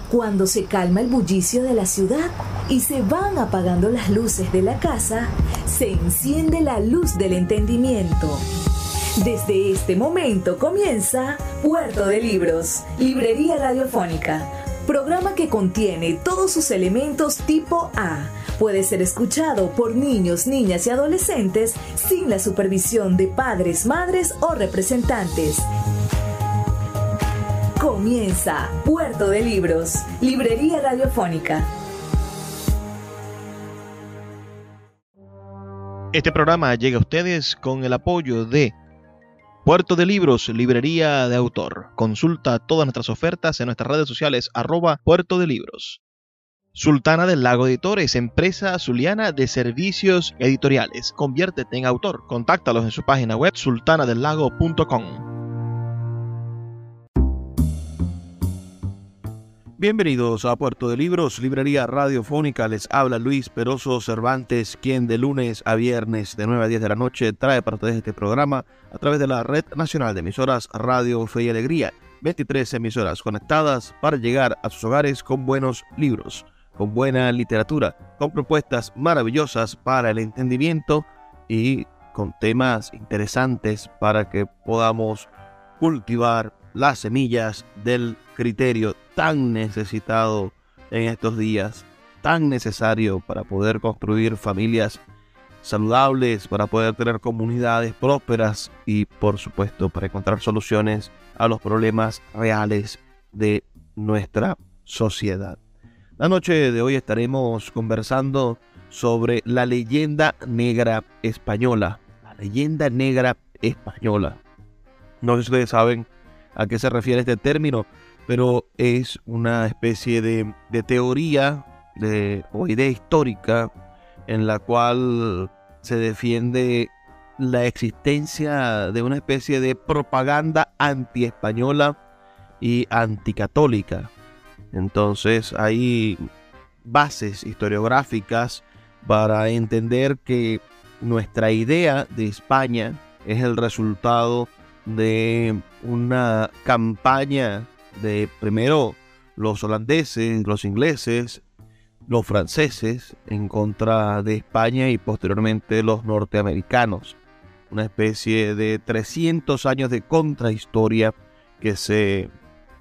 Cuando se calma el bullicio de la ciudad y se van apagando las luces de la casa, se enciende la luz del entendimiento. Desde este momento comienza Puerto de Libros, Librería Radiofónica, programa que contiene todos sus elementos tipo A. Puede ser escuchado por niños, niñas y adolescentes sin la supervisión de padres, madres o representantes. Comienza Puerto de Libros, Librería Radiofónica. Este programa llega a ustedes con el apoyo de Puerto de Libros, Librería de Autor. Consulta todas nuestras ofertas en nuestras redes sociales @Puerto de Libros. Sultana del Lago Editores, empresa zuliana de servicios editoriales. Conviértete en autor. Contáctalos en su página web sultanadelago.com. Bienvenidos a Puerto de Libros, Librería Radiofónica. Les habla Luis Peroso Cervantes, quien de lunes a viernes de 9 a 10 de la noche trae para ustedes este programa a través de la Red Nacional de Emisoras Radio Fe y Alegría. 23 emisoras conectadas para llegar a sus hogares con buenos libros, con buena literatura, con propuestas maravillosas para el entendimiento y con temas interesantes para que podamos cultivar las semillas del criterio tan necesitado en estos días, tan necesario para poder construir familias saludables, para poder tener comunidades prósperas y, por supuesto, para encontrar soluciones a los problemas reales de nuestra sociedad. La noche de hoy estaremos conversando sobre la leyenda negra española. La leyenda negra española. No sé si ustedes saben a qué se refiere este término, pero es una especie de teoría o idea histórica en la cual se defiende la existencia de una especie de propaganda antiespañola y anticatólica. Entonces hay bases historiográficas para entender que nuestra idea de España es el resultado de una campaña de primero los holandeses, los ingleses, los franceses en contra de España y posteriormente los norteamericanos. Una especie de 300 años de contrahistoria que se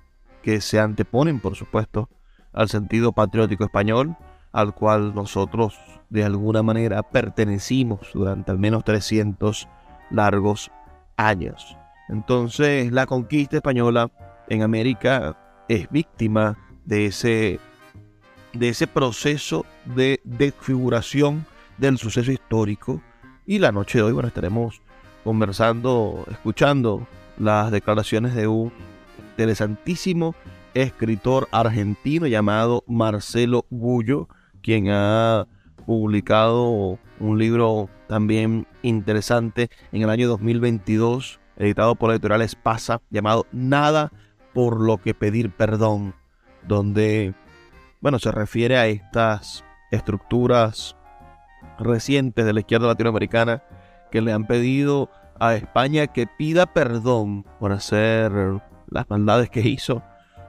anteponen, por supuesto, al sentido patriótico español, al cual nosotros de alguna manera pertenecimos durante al menos 300 largos años. Entonces, la conquista española en América es víctima de ese proceso de desfiguración del suceso histórico. Y la noche de hoy, estaremos conversando, escuchando las declaraciones de un interesantísimo escritor argentino llamado Marcelo Gullo, quien ha publicado un libro también interesante en el año 2022, editado por la editorial Espasa, llamado Nada por lo que pedir perdón, donde se refiere a estas estructuras recientes de la izquierda latinoamericana que le han pedido a España que pida perdón por hacer las maldades que hizo,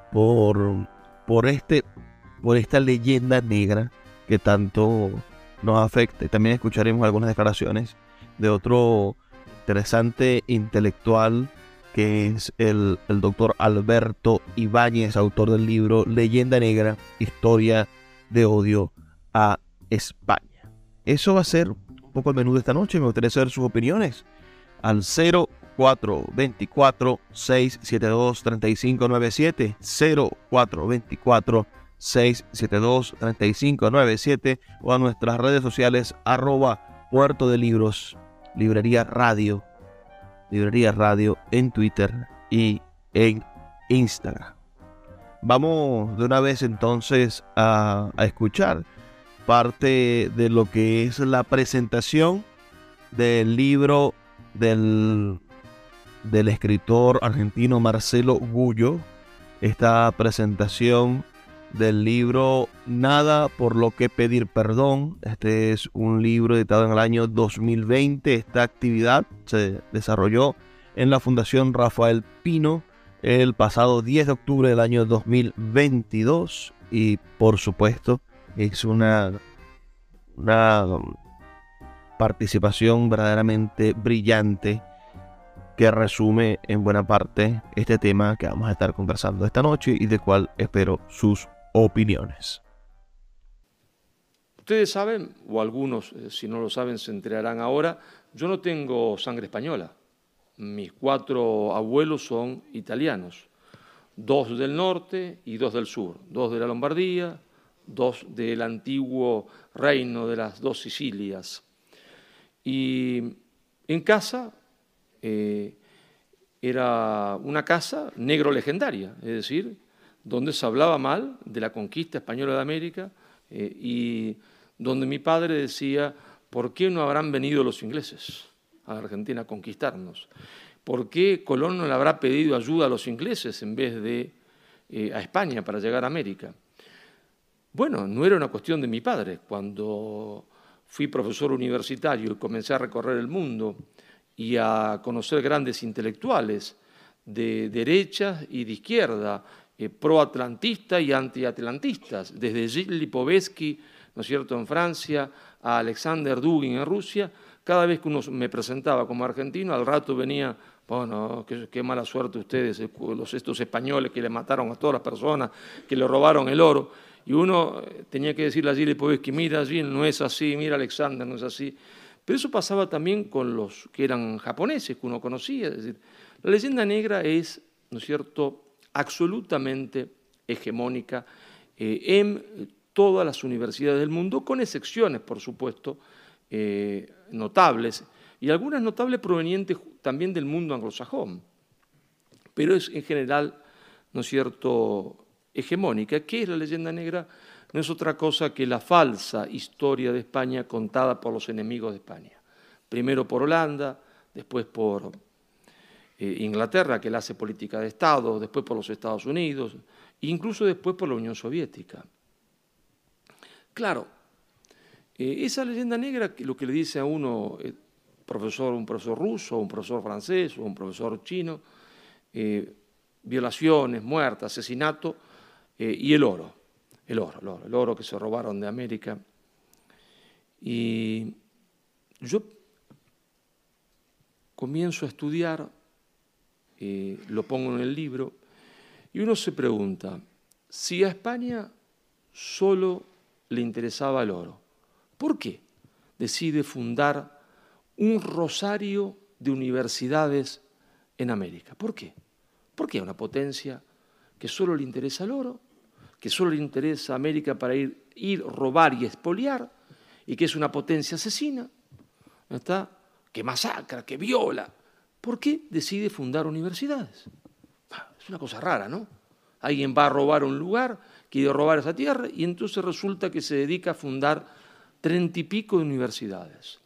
por esta leyenda negra que tanto nos afecta. Y también escucharemos algunas declaraciones de otro interesante intelectual que es el doctor Alberto Ibáñez, autor del libro Leyenda Negra, Historia de Odio a España. Eso va a ser un poco el menú de esta noche. Me gustaría saber sus opiniones al 0424-672-3597, 0424-672-3597 o a nuestras redes sociales @Puerto de Libros, Librería Radio en Twitter y en Instagram. Vamos de una vez entonces a escuchar parte de lo que es la presentación del libro del escritor argentino Marcelo Gullo. Esta presentación del libro Nada por lo que pedir perdón. Este es un libro editado en el año 2020. Esta actividad se desarrolló en la Fundación Rafael Pino el pasado 10 de octubre del año 2022 y por supuesto es una participación verdaderamente brillante que resume en buena parte este tema que vamos a estar conversando esta noche y de cual espero sus opiniones. Ustedes saben, o algunos, si no lo saben, se enterarán ahora, yo no tengo sangre española. Mis 4 abuelos son italianos, 2 del norte y 2 del sur, 2 de la Lombardía, 2 del antiguo reino de las 2 Sicilias. Y en casa era una casa negro legendaria, es decir, donde se hablaba mal de la conquista española de América y donde mi padre decía, ¿por qué no habrán venido los ingleses a Argentina a conquistarnos? ¿Por qué Colón no le habrá pedido ayuda a los ingleses en vez de a España para llegar a América? Bueno, no era una cuestión de mi padre. Cuando fui profesor universitario y comencé a recorrer el mundo y a conocer grandes intelectuales de derecha y de izquierda, pro-atlantistas y anti-atlantistas, desde Gilles Lipovetsky, ¿no es cierto?, en Francia, a Alexander Dugin en Rusia, cada vez que uno me presentaba como argentino, al rato venía, bueno, qué mala suerte ustedes, estos españoles que le mataron a todas las personas, que le robaron el oro, y uno tenía que decirle a Gilles Lipovetsky, mira Gilles, no es así, mira Alexander, no es así. Pero eso pasaba también con los que eran japoneses, que uno conocía. Es decir, la leyenda negra es, ¿no es cierto?, absolutamente hegemónica en todas las universidades del mundo, con excepciones, por supuesto, notables, y algunas notables provenientes también del mundo anglosajón, pero es en general, ¿no es cierto?, hegemónica. ¿Qué es la leyenda negra? No es otra cosa que la falsa historia de España contada por los enemigos de España. Primero por Holanda, después por Inglaterra, que la hace política de Estado, después por los Estados Unidos, e incluso después por la Unión Soviética. Claro, esa leyenda negra, lo que le dice a uno, un profesor ruso, un profesor francés o un profesor chino, violaciones, muertes, asesinato y el oro que se robaron de América. Y yo comienzo a estudiar, lo pongo en el libro, y uno se pregunta, si a España solo le interesaba el oro, ¿por qué decide fundar un rosario de universidades en América? ¿Por qué? ¿Por qué a una potencia que solo le interesa el oro, que solo le interesa a América para ir, robar y expoliar, y que es una potencia asesina, ¿no está?, que masacra, que viola? ¿Por qué decide fundar universidades? Es una cosa rara, ¿no? Alguien va a robar un lugar, quiere robar esa tierra, y entonces resulta que se dedica a fundar 30 y pico de universidades.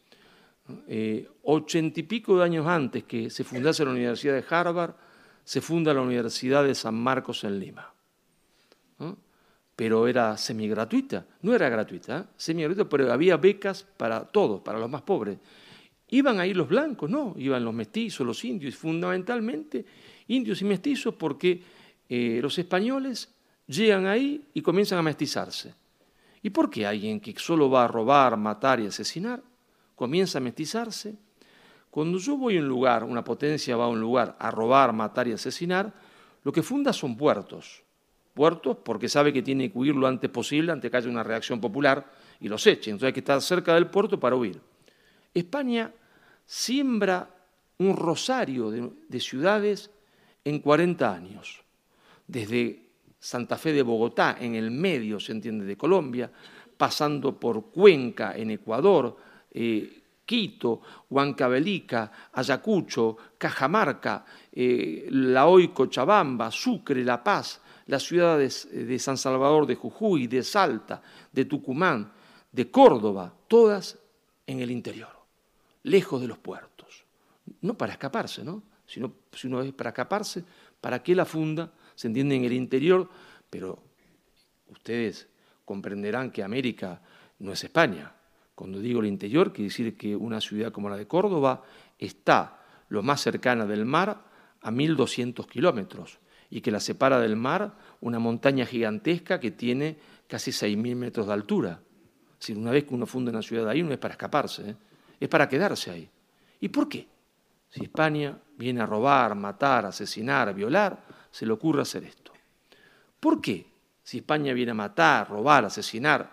80 y pico de años antes que se fundase la Universidad de Harvard, se funda la Universidad de San Marcos en Lima, ¿no? Pero era semigratuita, no era gratuita, semigratuita, pero había becas para todos, para los más pobres. ¿Iban ahí los blancos? No, iban los mestizos, los indios, fundamentalmente indios y mestizos, porque los españoles llegan ahí y comienzan a mestizarse. ¿Y por qué alguien que solo va a robar, matar y asesinar comienza a mestizarse? Cuando yo voy a un lugar, una potencia va a un lugar a robar, matar y asesinar, lo que funda son puertos. Puertos porque sabe que tiene que huir lo antes posible antes que haya una reacción popular y los eche. Entonces hay que estar cerca del puerto para huir. España siembra un rosario de ciudades en 40 años. Desde Santa Fe de Bogotá, en el medio, se entiende, de Colombia, pasando por Cuenca, en Ecuador, Quito, Huancavelica, Ayacucho, Cajamarca, la hoy Cochabamba, Sucre, La Paz, las ciudades de San Salvador de Jujuy, de Salta, de Tucumán, de Córdoba, todas en el interior, lejos de los puertos. No para escaparse, ¿no? Sino, si uno es para escaparse, ¿para qué la funda? Se entiende, en el interior, pero ustedes comprenderán que América no es España. Cuando digo el interior, quiere decir que una ciudad como la de Córdoba está lo más cercana del mar a 1.200 kilómetros. y que la separa del mar una montaña gigantesca que tiene casi 6.000 metros de altura. Es decir, una vez que uno funda una ciudad ahí, no es para escaparse, es para quedarse ahí. ¿Y por qué? Si España viene a robar, matar, asesinar, violar, se le ocurre hacer esto. ¿Por qué? Si España viene a matar, robar, asesinar,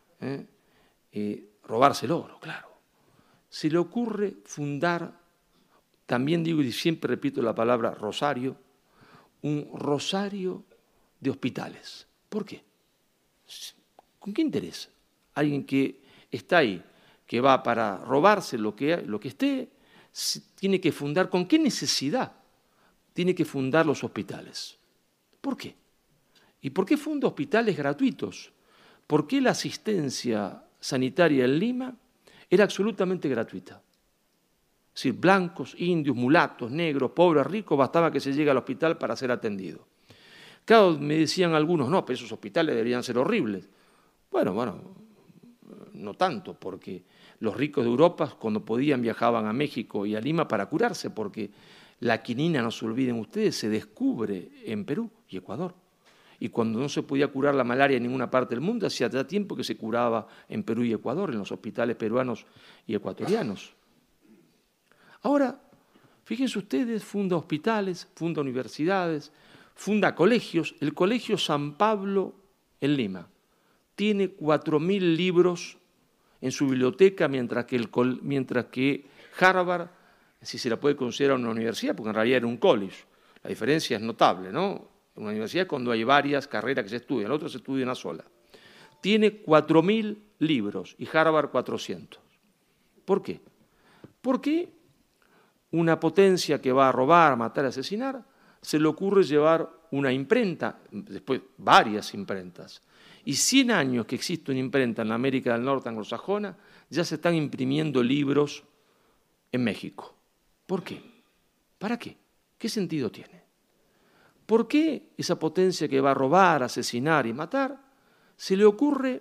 robarse el oro, claro. Se le ocurre fundar, también digo y siempre repito la palabra rosario, un rosario de hospitales. ¿Por qué? ¿Con qué interés? Alguien que está ahí, que va para robarse lo que esté, tiene que fundar, ¿con qué necesidad tiene que fundar los hospitales? ¿Por qué? ¿Y por qué funda hospitales gratuitos? ¿Por qué la asistencia sanitaria en Lima era absolutamente gratuita? Es decir, blancos, indios, mulatos, negros, pobres, ricos, bastaba que se llegue al hospital para ser atendido. Claro, me decían algunos, no, pero esos hospitales deberían ser horribles. Bueno, no tanto, porque los ricos de Europa, cuando podían, viajaban a México y a Lima para curarse, porque la quinina, no se olviden ustedes, se descubre en Perú y Ecuador. Y cuando no se podía curar la malaria en ninguna parte del mundo, hacía ya tiempo que se curaba en Perú y Ecuador, en los hospitales peruanos y ecuatorianos. Ahora, fíjense ustedes, funda hospitales, funda universidades, funda colegios. El Colegio San Pablo en Lima tiene 4.000 libros en su biblioteca, mientras que Harvard, si se la puede considerar una universidad, porque en realidad era un college. La diferencia es notable, ¿no? En una universidad es cuando hay varias carreras que se estudian, la otra se estudia una sola. Tiene 4.000 libros y Harvard 400. ¿Por qué? Porque una potencia que va a robar, matar, asesinar, se le ocurre llevar una imprenta, después varias imprentas. Y 100 años que existe una imprenta en la América del Norte anglosajona, ya se están imprimiendo libros en México. ¿Por qué? ¿Para qué? ¿Qué sentido tiene? ¿Por qué esa potencia que va a robar, asesinar y matar, se le ocurre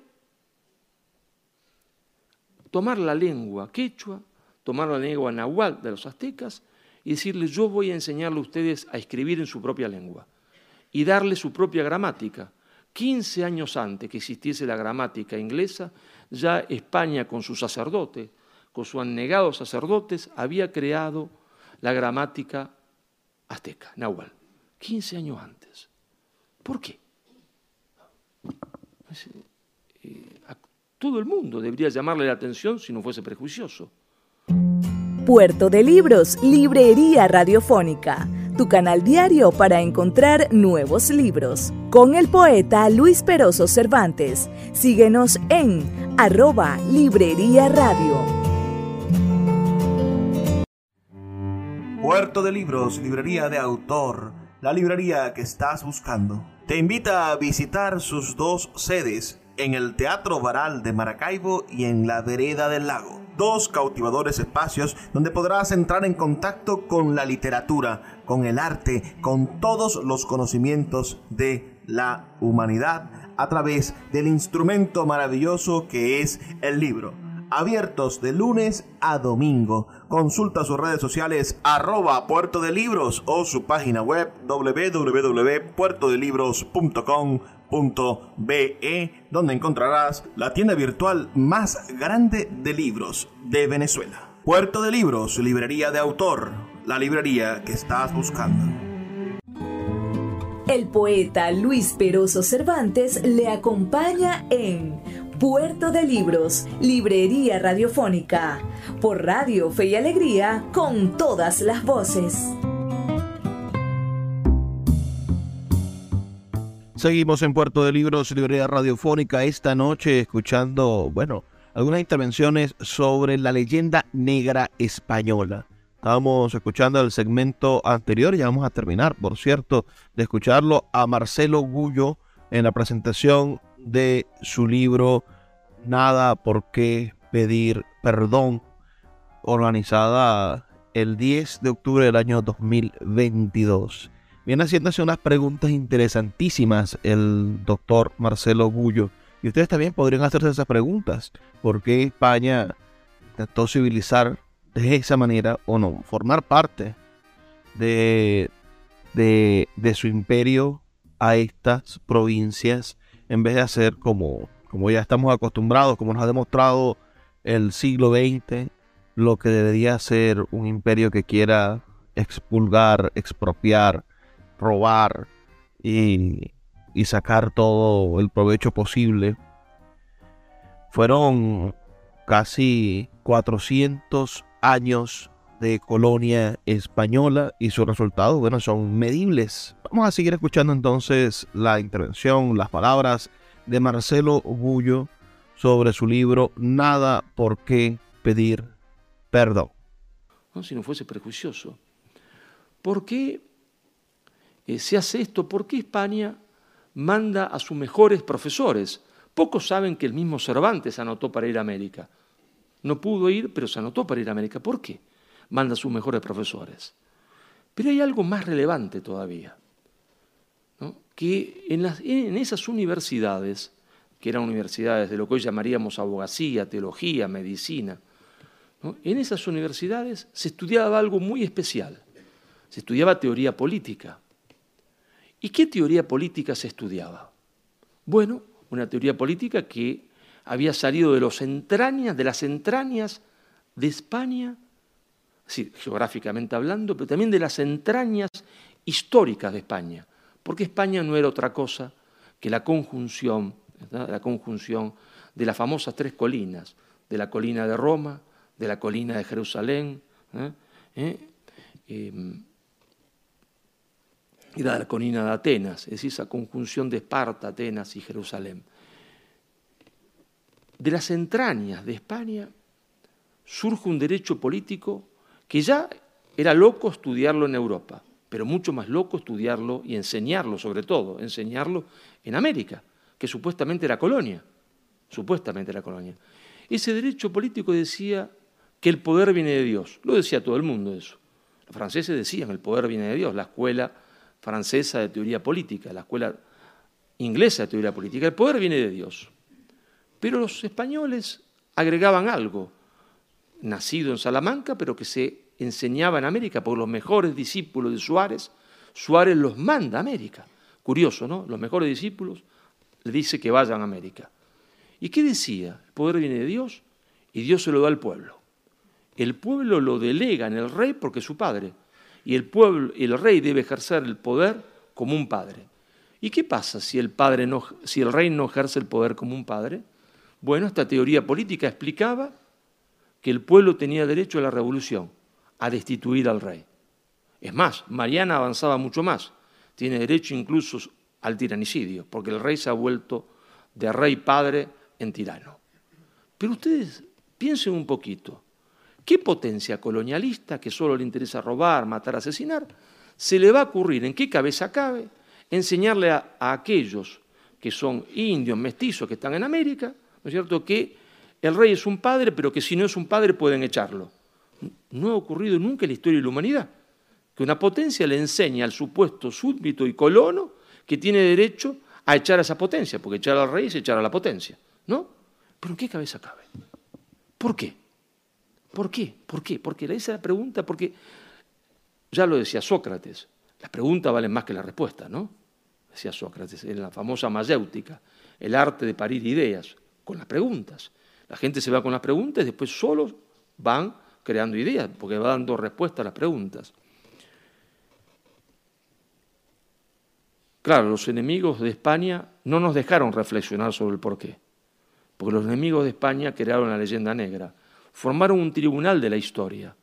tomar la lengua quechua, tomar la lengua náhuatl de los aztecas y decirles, yo voy a enseñarle a ustedes a escribir en su propia lengua y darle su propia gramática? 15 años antes que existiese la gramática inglesa, ya España con sus sacerdotes, con sus anegados sacerdotes, había creado la gramática azteca, náhuatl. 15 años antes. ¿Por qué? A todo el mundo debería llamarle la atención si no fuese prejuicioso. Puerto de Libros, Librería Radiofónica, tu canal diario para encontrar nuevos libros. Con el poeta Luis Peroso Cervantes. Síguenos en @Librería Radio. Puerto de Libros, librería de autor, la librería que estás buscando. Te invita a visitar sus 2 sedes, en el Teatro Baral de Maracaibo y en la Vereda del Lago. 2 cautivadores espacios donde podrás entrar en contacto con la literatura, con el arte, con todos los conocimientos de la humanidad a través del instrumento maravilloso que es el libro. Abiertos de lunes a domingo. Consulta sus redes sociales @Puerto de Libros o su página web www.puertodelibros.com.be, donde encontrarás la tienda virtual más grande de libros de Venezuela. Puerto de Libros, librería de autor, la librería que estás buscando. El poeta Luis Peroso Cervantes le acompaña en Puerto de Libros, Librería Radiofónica, por Radio Fe y Alegría, con todas las voces. Seguimos en Puerto de Libros, Librería Radiofónica, esta noche escuchando, algunas intervenciones sobre la leyenda negra española. Estábamos escuchando el segmento anterior, ya vamos a terminar, por cierto, de escucharlo a Marcelo Gullo en la presentación de su libro Nada por qué pedir perdón, organizada el 10 de octubre del año 2022. Viene haciéndose unas preguntas interesantísimas el doctor Marcelo Gullo, y ustedes también podrían hacerse esas preguntas. ¿Por qué España intentó civilizar de esa manera o no, formar parte de de su imperio a estas provincias, en vez de hacer como ya estamos acostumbrados, como nos ha demostrado el siglo XX, lo que debería ser un imperio que quiera expulgar, expropiar, robar y sacar todo el provecho posible. Fueron casi 400 años de colonia española y sus resultados, bueno, son medibles. Vamos a seguir escuchando entonces la intervención, las palabras de Marcelo Bullo sobre su libro Nada por qué pedir perdón. ¿No? Si no fuese prejuicioso. ¿Por qué se hace esto? ¿Por qué España manda a sus mejores profesores? Pocos saben que el mismo Cervantes se anotó para ir a América. No pudo ir, pero se anotó para ir a América. ¿Por qué manda a sus mejores profesores? Pero hay algo más relevante todavía, ¿no? Que en esas universidades, que eran universidades de lo que hoy llamaríamos abogacía, teología, medicina, ¿no? En esas universidades se estudiaba algo muy especial. Se estudiaba teoría política. ¿Y qué teoría política se estudiaba? Bueno, una teoría política que había salido de las entrañas de España, sí, geográficamente hablando, pero también de las entrañas históricas de España, porque España no era otra cosa que la conjunción de las famosas tres colinas, de la colina de Roma, de la colina de Jerusalén, y de la colina de Atenas, es decir, esa conjunción de Esparta, Atenas y Jerusalén. De las entrañas de España surge un derecho político que ya era loco estudiarlo en Europa, pero mucho más loco estudiarlo y enseñarlo, sobre todo, enseñarlo en América, que supuestamente era colonia. Ese derecho político decía que el poder viene de Dios. Lo decía todo el mundo eso. Los franceses decían el poder viene de Dios, la escuela francesa de teoría política, la escuela inglesa de teoría política, el poder viene de Dios. Pero los españoles agregaban algo, nacido en Salamanca, pero que se enseñaba en América por los mejores discípulos de Suárez. Suárez los manda a América. Curioso, ¿no? Los mejores discípulos le dice que vayan a América. ¿Y qué decía? El poder viene de Dios y Dios se lo da al pueblo. El pueblo lo delega en el rey porque es su padre. Y el rey debe ejercer el poder como un padre. ¿Y qué pasa si el rey no ejerce el poder como un padre? Bueno, esta teoría política explicaba que el pueblo tenía derecho a la revolución, a destituir al rey. Es más, Mariana avanzaba mucho más. Tiene derecho incluso al tiranicidio, porque el rey se ha vuelto de rey padre en tirano. Pero ustedes piensen un poquito. ¿Qué potencia colonialista, que solo le interesa robar, matar, asesinar, se le va a ocurrir, en qué cabeza cabe, enseñarle a aquellos que son indios, mestizos, que están en América, ¿no es cierto?, que el rey es un padre, pero que si no es un padre pueden echarlo? No ha ocurrido nunca en la historia de la humanidad que una potencia le enseñe al supuesto súbdito y colono que tiene derecho a echar a esa potencia, porque echar al rey es echar a la potencia, ¿no? ¿Pero en qué cabeza cabe? ¿Por qué? ¿Por qué? ¿Por qué? Porque esa es la pregunta, porque ya lo decía Sócrates, las preguntas valen más que la respuesta, ¿no? Decía Sócrates, en la famosa mayéutica, el arte de parir ideas, con las preguntas. La gente se va con las preguntas y después solos van creando ideas, porque va dando respuesta a las preguntas. Claro, los enemigos de España no nos dejaron reflexionar sobre el porqué, porque los enemigos de España crearon la leyenda negra. Formaron un tribunal de la historia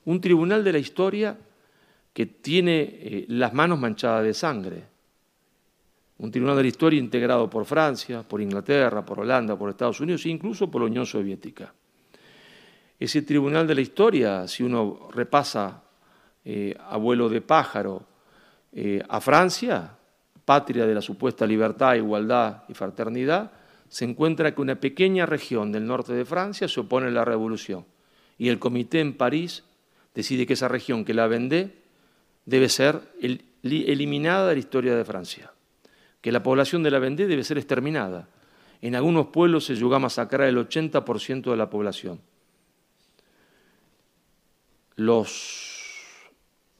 que tiene las manos manchadas de sangre, un tribunal de la historia integrado por Francia, por Inglaterra, por Holanda, por Estados Unidos e incluso por la Unión Soviética. Ese tribunal de la historia, si uno repasa a vuelo de pájaro a Francia, patria de la supuesta libertad, igualdad y fraternidad, se encuentra que una pequeña región del norte de Francia se opone a la revolución y el comité en París decide que esa región, que la Vendée, debe ser eliminada de la historia de Francia, que la población de la Vendée debe ser exterminada. En algunos pueblos se llegó a masacrar el 80% de la población. Los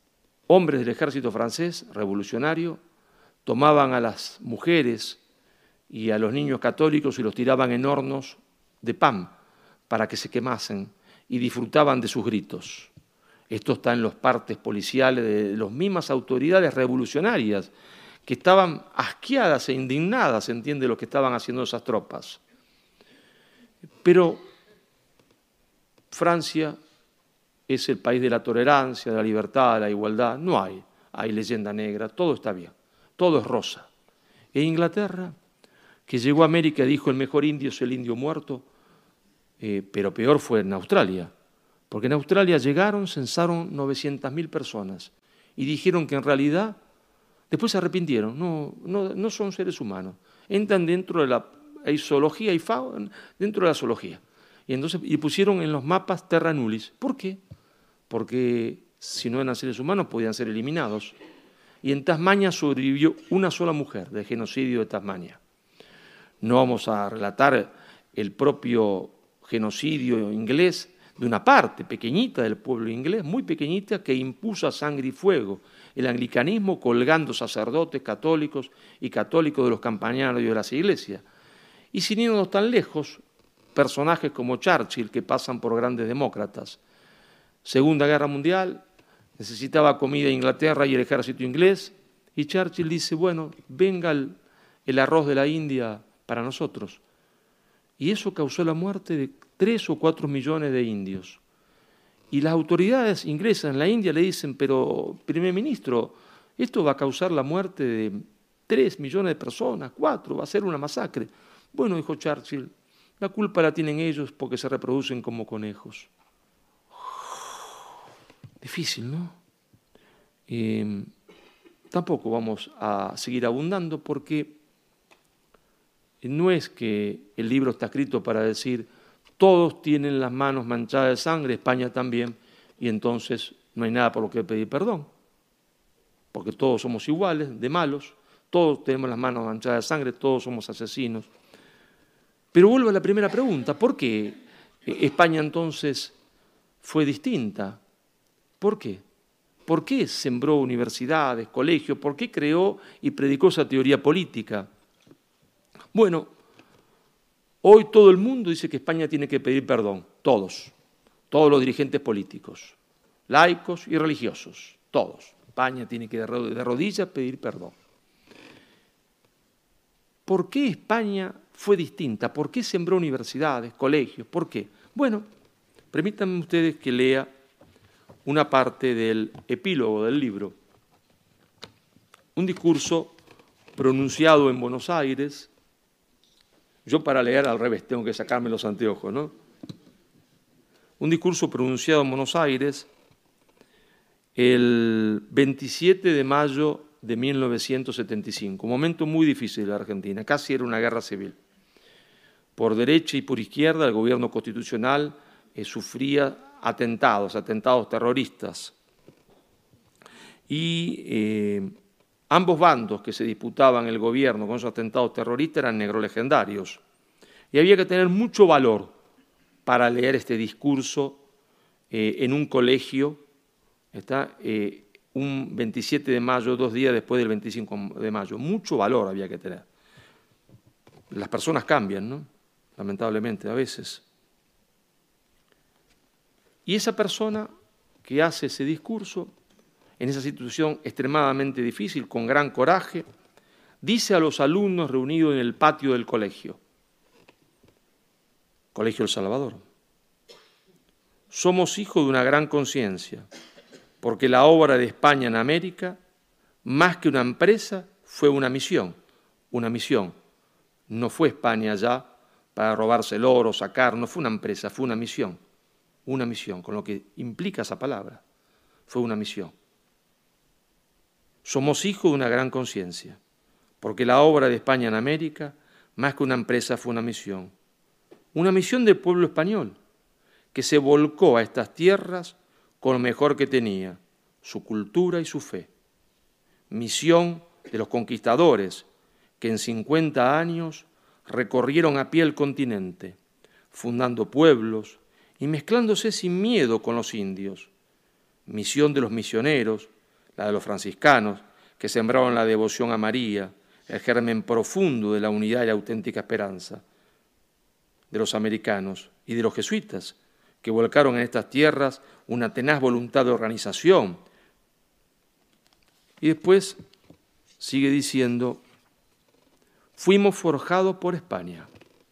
hombres del ejército francés revolucionario tomaban a las mujeres y a los niños católicos y los tiraban en hornos de pan para que se quemasen y disfrutaban de sus gritos. Esto está en los partes policiales de las mismas autoridades revolucionarias que estaban asqueadas e indignadas, entiende, lo que estaban haciendo esas tropas. Pero Francia es el país de la tolerancia, de la libertad, de la igualdad. No hay leyenda negra, todo está bien, todo es rosa. E Inglaterra, que llegó a América y dijo el mejor indio es el indio muerto, pero peor fue en Australia, porque en Australia llegaron, censaron 900.000 personas y dijeron que en realidad, después se arrepintieron, no son seres humanos, entran dentro de la zoología y fauna, dentro de la zoología. Y pusieron en los mapas terra nullis. ¿Por qué? Porque si no eran seres humanos podían ser eliminados. Y en Tasmania sobrevivió una sola mujer del genocidio de Tasmania. No vamos a relatar el propio genocidio inglés de una parte pequeñita del pueblo inglés, muy pequeñita, que impuso a sangre y fuego el anglicanismo colgando sacerdotes católicos y católicos de los campanarios de las iglesias. Y sin irnos tan lejos, personajes como Churchill, que pasan por grandes demócratas. Segunda Guerra Mundial, necesitaba comida Inglaterra y el ejército inglés, y Churchill dice, bueno, venga el arroz de la India para nosotros. Y eso causó la muerte de 3 o 4 millones de indios. Y las autoridades inglesas en la India le dicen, pero, primer ministro, esto va a causar la muerte de 3 millones de personas, 4, va a ser una masacre. Bueno, dijo Churchill, la culpa la tienen ellos porque se reproducen como conejos. Difícil, ¿no? Tampoco vamos a seguir abundando porque no es que el libro está escrito para decir todos tienen las manos manchadas de sangre, España también, y entonces no hay nada por lo que pedir perdón, porque todos somos iguales, de malos, todos tenemos las manos manchadas de sangre, todos somos asesinos. Pero vuelvo a la primera pregunta, ¿por qué España entonces fue distinta? ¿Por qué? ¿Por qué sembró universidades, colegios? ¿Por qué creó y predicó esa teoría política? Bueno, hoy todo el mundo dice que España tiene que pedir perdón, todos los dirigentes políticos, laicos y religiosos, todos. España tiene que de rodillas pedir perdón. ¿Por qué España fue distinta? ¿Por qué sembró universidades, colegios? ¿Por qué? Bueno, permítanme ustedes que lea una parte del epílogo del libro, un discurso pronunciado en Buenos Aires. Yo para leer al revés tengo que sacarme los anteojos, ¿no? Un discurso pronunciado en Buenos Aires el 27 de mayo de 1975, un momento muy difícil de la Argentina, casi era una guerra civil. Por derecha y por izquierda el gobierno constitucional sufría atentados terroristas. Y ambos bandos que se disputaban el gobierno con esos atentados terroristas eran negrolegendarios. Y había que tener mucho valor para leer este discurso en un colegio, un 27 de mayo, 2 días después del 25 de mayo. Mucho valor había que tener. Las personas cambian, ¿no? Lamentablemente, a veces. Y esa persona que hace ese discurso, en esa situación extremadamente difícil, con gran coraje, dice a los alumnos reunidos en el patio del colegio, Colegio El Salvador, somos hijos de una gran conciencia, porque la obra de España en América, más que una empresa, fue una misión. Una misión. No fue España allá para robarse el oro, sacar, no fue una empresa, fue una misión. Una misión, con lo que implica esa palabra. Fue una misión. Somos hijos de una gran conciencia, porque la obra de España en América, más que una empresa, fue una misión. Una misión del pueblo español, que se volcó a estas tierras con lo mejor que tenía, su cultura y su fe. Misión de los conquistadores, que en 50 años recorrieron a pie el continente, fundando pueblos y mezclándose sin miedo con los indios. Misión de los misioneros, la de los franciscanos, que sembraron la devoción a María, el germen profundo de la unidad y la auténtica esperanza, de los americanos y de los jesuitas, que volcaron en estas tierras una tenaz voluntad de organización. Y después sigue diciendo, fuimos forjados por España,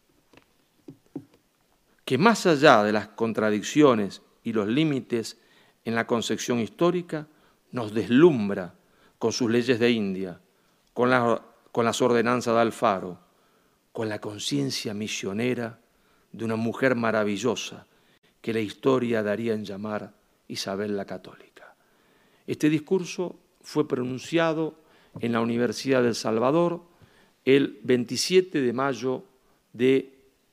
que más allá de las contradicciones y los límites en la concepción histórica, nos deslumbra con sus leyes de India, con las ordenanzas de Alfaro, con la conciencia misionera de una mujer maravillosa que la historia daría en llamar Isabel la Católica. Este discurso fue pronunciado en la Universidad de El Salvador el 27 de mayo de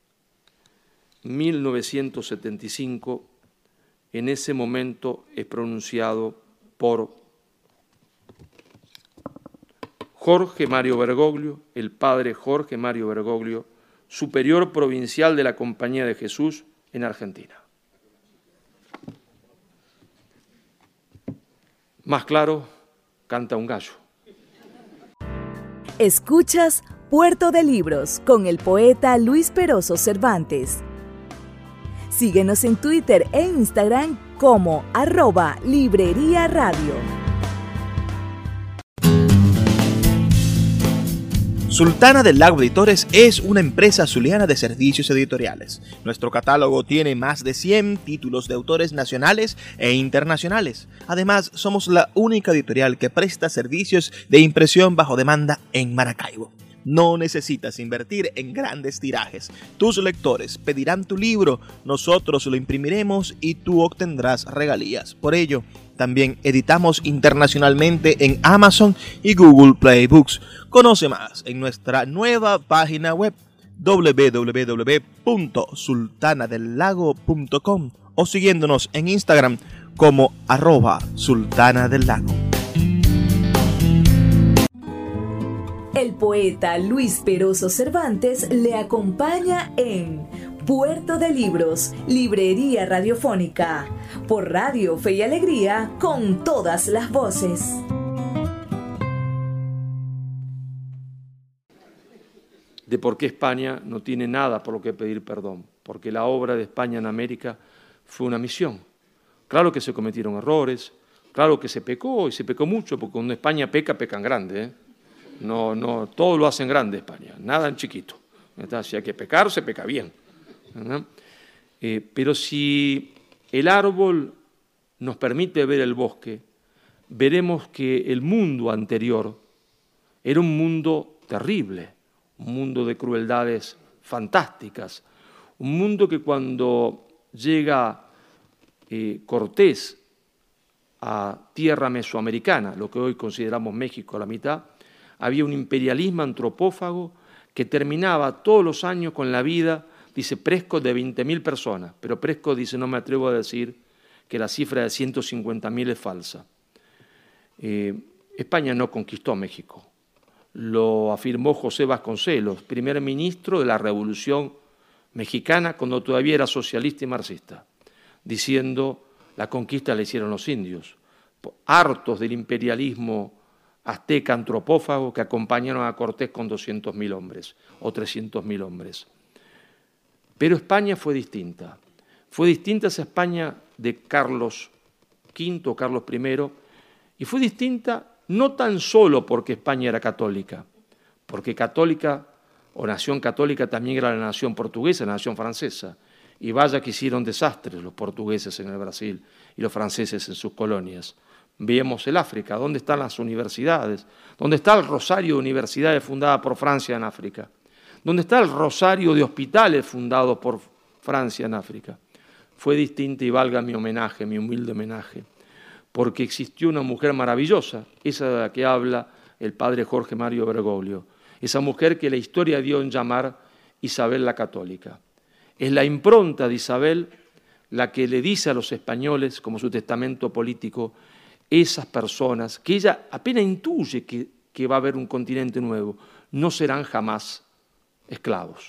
1975. En ese momento es pronunciado por Jorge Mario Bergoglio, el padre Jorge Mario Bergoglio, superior provincial de la Compañía de Jesús en Argentina. Más claro, canta un gallo. Escuchas Puerto de Libros con el poeta Luis Peroso Cervantes. Síguenos en Twitter e Instagram como @Librería Radio. Sultana del Lago Editores es una empresa zuliana de servicios editoriales. Nuestro catálogo tiene más de 100 títulos de autores nacionales e internacionales. Además, somos la única editorial que presta servicios de impresión bajo demanda en Maracaibo. No necesitas invertir en grandes tirajes. Tus lectores pedirán tu libro, nosotros lo imprimiremos y tú obtendrás regalías. Por ello, también editamos internacionalmente en Amazon y Google Play Books. Conoce más en nuestra nueva página web www.sultanadelago.com o siguiéndonos en Instagram como @sultanadelago. El poeta Luis Peroso Cervantes le acompaña en Puerto de Libros, Librería Radiofónica, por Radio Fe y Alegría, con todas las voces. De por qué España no tiene nada por lo que pedir perdón, porque la obra de España en América fue una misión. Claro que se cometieron errores, claro que se pecó, y se pecó mucho, porque cuando España peca, pecan grande, ¿eh? No, todo lo hacen grande España, nada en chiquito. Si hay que pecar, se peca bien. Pero si el árbol nos permite ver el bosque, veremos que el mundo anterior era un mundo terrible, un mundo de crueldades fantásticas, un mundo que cuando llega Cortés a tierra mesoamericana, lo que hoy consideramos México a la mitad, había un imperialismo antropófago que terminaba todos los años con la vida, dice Prescott, de 20.000 personas, pero Prescott dice, no me atrevo a decir que la cifra de 150.000 es falsa. España no conquistó México, lo afirmó José Vasconcelos, primer ministro de la Revolución Mexicana, cuando todavía era socialista y marxista, diciendo, la conquista la hicieron los indios, hartos del imperialismo azteca antropófago que acompañaron a Cortés con 200.000 hombres o 300.000 hombres. Pero España fue distinta. Fue distinta esa España de Carlos V o Carlos I, y fue distinta no tan solo porque España era católica, porque católica o nación católica también era la nación portuguesa, la nación francesa, y vaya que hicieron desastres los portugueses en el Brasil y los franceses en sus colonias. Vemos el África, ¿dónde están las universidades? ¿Dónde está el rosario de universidades fundada por Francia en África? ¿Dónde está el rosario de hospitales fundados por Francia en África? Fue distinta, y valga mi homenaje, mi humilde homenaje, porque existió una mujer maravillosa, esa de la que habla el padre Jorge Mario Bergoglio, esa mujer que la historia dio en llamar Isabel la Católica. Es la impronta de Isabel la que le dice a los españoles, como su testamento político, esas personas que ella apenas intuye que va a haber un continente nuevo, no serán jamás esclavos,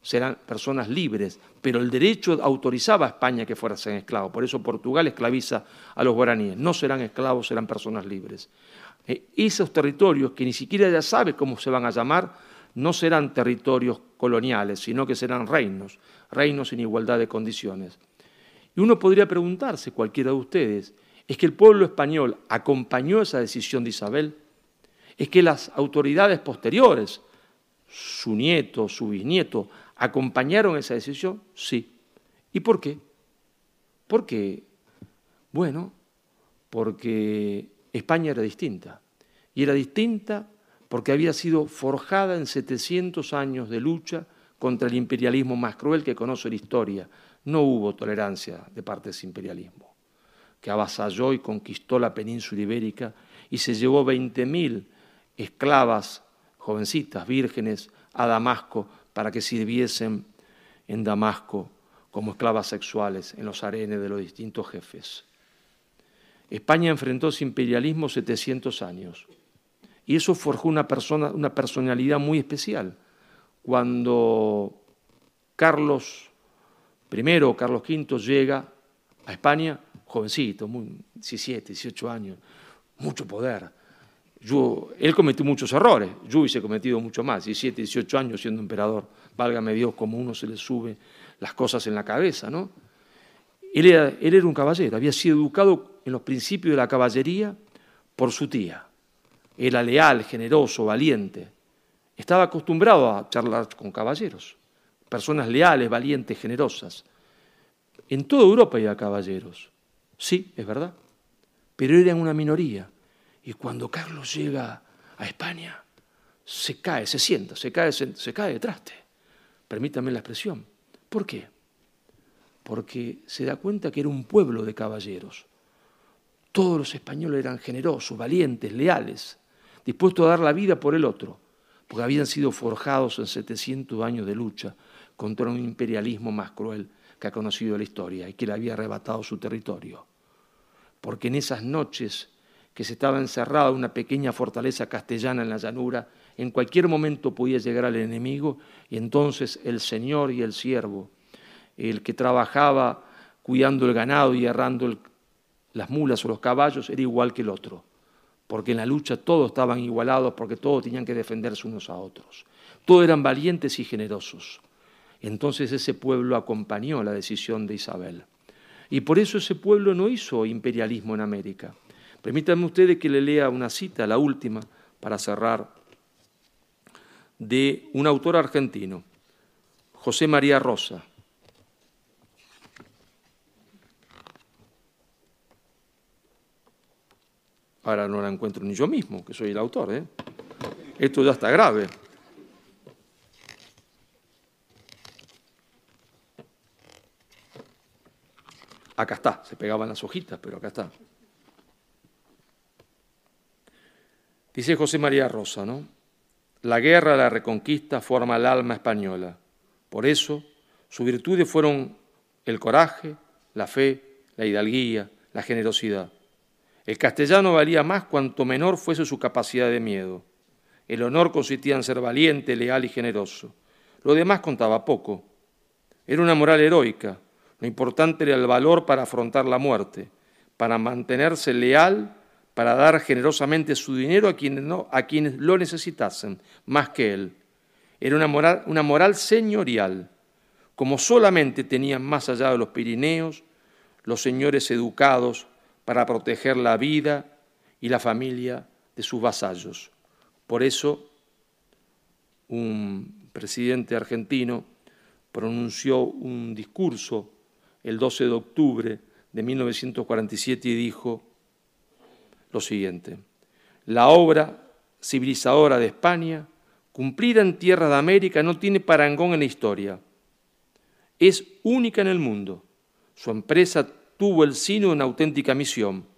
serán personas libres, pero el derecho autorizaba a España que fueran esclavos. Por eso Portugal esclaviza a los guaraníes. No serán esclavos, serán personas libres. Esos territorios, que ni siquiera ya sabe cómo se van a llamar, no serán territorios coloniales, sino que serán reinos, reinos en igualdad de condiciones. Y uno podría preguntarse, cualquiera de ustedes, ¿es que el pueblo español acompañó esa decisión de Isabel? ¿Es que las autoridades posteriores, su nieto, su bisnieto, acompañaron esa decisión? Sí. ¿Y por qué? Porque, bueno, porque España era distinta. Y era distinta porque había sido forjada en 700 años de lucha contra el imperialismo más cruel que conoce la historia. No hubo tolerancia de parte de ese imperialismo, que avasalló y conquistó la península ibérica y se llevó 20.000 esclavas, jovencitas, vírgenes, a Damasco para que sirviesen en Damasco como esclavas sexuales en los harenes de los distintos jefes. España enfrentó ese imperialismo 700 años y eso forjó una personalidad muy especial. Cuando Carlos I o Carlos V llega a España, jovencito, 17, 18 años, mucho poder. Él cometió muchos errores, yo hubiese cometido mucho más, 17, 18 años siendo emperador, válgame Dios, como uno se le sube las cosas en la cabeza, ¿no? Él era un caballero, había sido educado en los principios de la caballería por su tía. Era leal, generoso, valiente. Estaba acostumbrado a charlar con caballeros, personas leales, valientes, generosas. En toda Europa había caballeros, sí, es verdad, pero eran una minoría. Y cuando Carlos llega a España, se cae, se sienta, se cae de traste. Permítanme la expresión. ¿Por qué? Porque se da cuenta que era un pueblo de caballeros. Todos los españoles eran generosos, valientes, leales, dispuestos a dar la vida por el otro, porque habían sido forjados en 700 años de lucha contra un imperialismo más cruel que ha conocido la historia y que le había arrebatado su territorio. Porque en esas noches que se estaba encerrada una pequeña fortaleza castellana en la llanura, en cualquier momento podía llegar al enemigo y entonces el señor y el siervo, el que trabajaba cuidando el ganado y arrando las mulas o los caballos, era igual que el otro, porque en la lucha todos estaban igualados, porque todos tenían que defenderse unos a otros. Todos eran valientes y generosos. Entonces ese pueblo acompañó la decisión de Isabel. Y por eso ese pueblo no hizo imperialismo en América. Permítanme ustedes que le lea una cita, la última, para cerrar, de un autor argentino, José María Rosa. Ahora no la encuentro ni yo mismo, que soy el autor, ¿eh? Esto ya está grave. Acá está, se pegaban las hojitas, pero acá está. Dice José María Rosa, ¿no? La guerra, la reconquista forma el alma española. Por eso, sus virtudes fueron el coraje, la fe, la hidalguía, la generosidad. El castellano valía más cuanto menor fuese su capacidad de miedo. El honor consistía en ser valiente, leal y generoso. Lo demás contaba poco. Era una moral heroica. Lo importante era el valor para afrontar la muerte, para mantenerse leal, para dar generosamente su dinero a quienes lo necesitasen, más que él. Era una moral señorial, como solamente tenían más allá de los Pirineos los señores educados para proteger la vida y la familia de sus vasallos. Por eso, un presidente argentino pronunció un discurso el 12 de octubre de 1947 y dijo lo siguiente: la obra civilizadora de España, cumplida en tierra de América, no tiene parangón en la historia. Es única en el mundo. Su empresa tuvo el sino de una auténtica misión.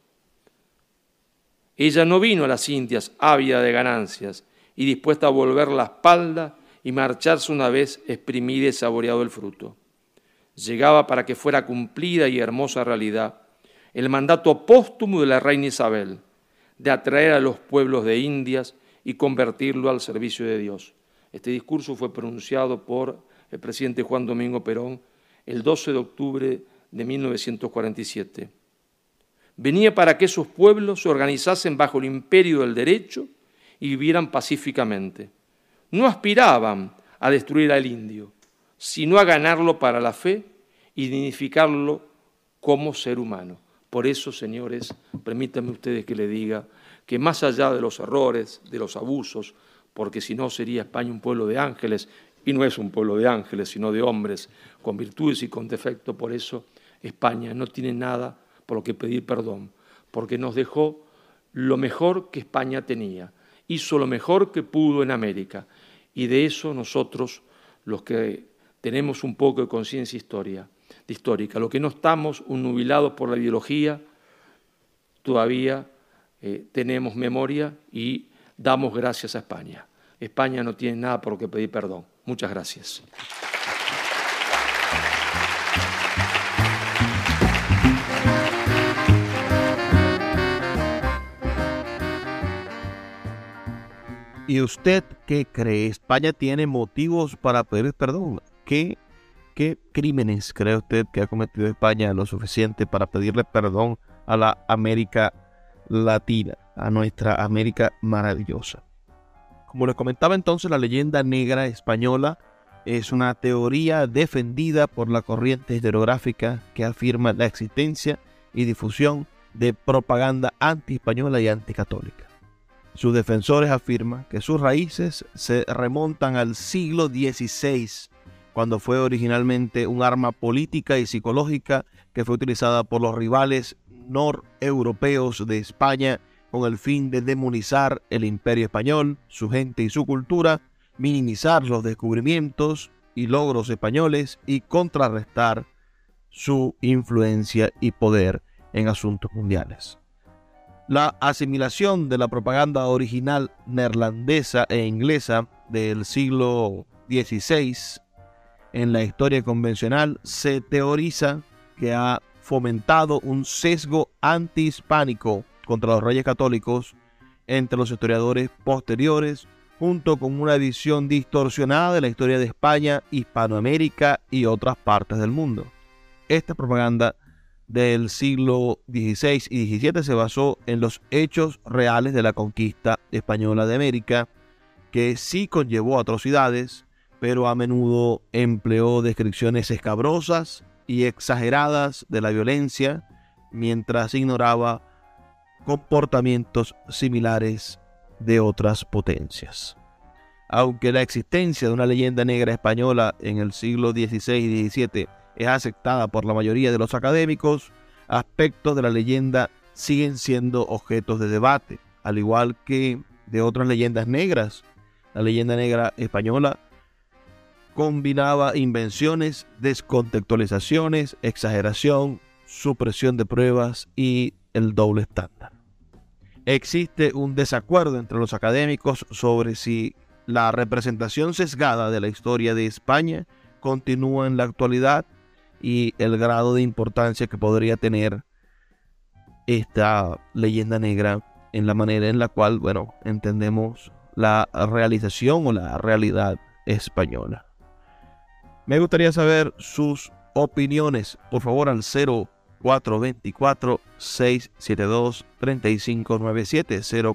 Ella no vino a las Indias ávida de ganancias y dispuesta a volver la espalda y marcharse una vez exprimida y saboreado el fruto. Llegaba para que fuera cumplida y hermosa realidad el mandato póstumo de la reina Isabel, de atraer a los pueblos de Indias y convertirlo al servicio de Dios. Este discurso fue pronunciado por el presidente Juan Domingo Perón el 12 de octubre de 1947. Venía para que esos pueblos se organizasen bajo el imperio del derecho y vivieran pacíficamente. No aspiraban a destruir al indio, sino a ganarlo para la fe y dignificarlo como ser humano. Por eso, señores, permítanme ustedes que le diga que más allá de los errores, de los abusos, porque si no sería España un pueblo de ángeles, y no es un pueblo de ángeles, sino de hombres con virtudes y con defectos. Por eso España no tiene nada por lo que pedir perdón, porque nos dejó lo mejor que España tenía, hizo lo mejor que pudo en América, y de eso nosotros, los que tenemos un poco de conciencia histórica, los que no estamos nubilados por la ideología, todavía tenemos memoria y damos gracias a España. España no tiene nada por lo que pedir perdón. Muchas gracias. ¿Y usted qué cree? ¿España tiene motivos para pedir perdón? ¿Qué crímenes cree usted que ha cometido España lo suficiente para pedirle perdón a la América Latina, a nuestra América maravillosa? Como les comentaba entonces, la leyenda negra española es una teoría defendida por la corriente historiográfica que afirma la existencia y difusión de propaganda anti-española y anticatólica. Sus defensores afirman que sus raíces se remontan al siglo XVI, cuando fue originalmente un arma política y psicológica que fue utilizada por los rivales noreuropeos de España con el fin de demonizar el imperio español, su gente y su cultura, minimizar los descubrimientos y logros españoles y contrarrestar su influencia y poder en asuntos mundiales. La asimilación de la propaganda original neerlandesa e inglesa del siglo XVI en la historia convencional se teoriza que ha fomentado un sesgo antihispánico contra los reyes católicos entre los historiadores posteriores, junto con una visión distorsionada de la historia de España, Hispanoamérica y otras partes del mundo. Esta propaganda del siglo XVI y XVII se basó en los hechos reales de la conquista española de América, que sí conllevó atrocidades, pero a menudo empleó descripciones escabrosas y exageradas de la violencia, mientras ignoraba comportamientos similares de otras potencias. Aunque la existencia de una leyenda negra española en el siglo XVI y XVII es aceptada por la mayoría de los académicos, aspectos de la leyenda siguen siendo objetos de debate, al igual que de otras leyendas negras. La leyenda negra española combinaba invenciones, descontextualizaciones, exageración, supresión de pruebas y el doble estándar. Existe un desacuerdo entre los académicos sobre si la representación sesgada de la historia de España continúa en la actualidad y el grado de importancia que podría tener esta leyenda negra en la manera en la cual, entendemos la realización o la realidad española. Me gustaría saber sus opiniones, por favor, al 0424-672-3597,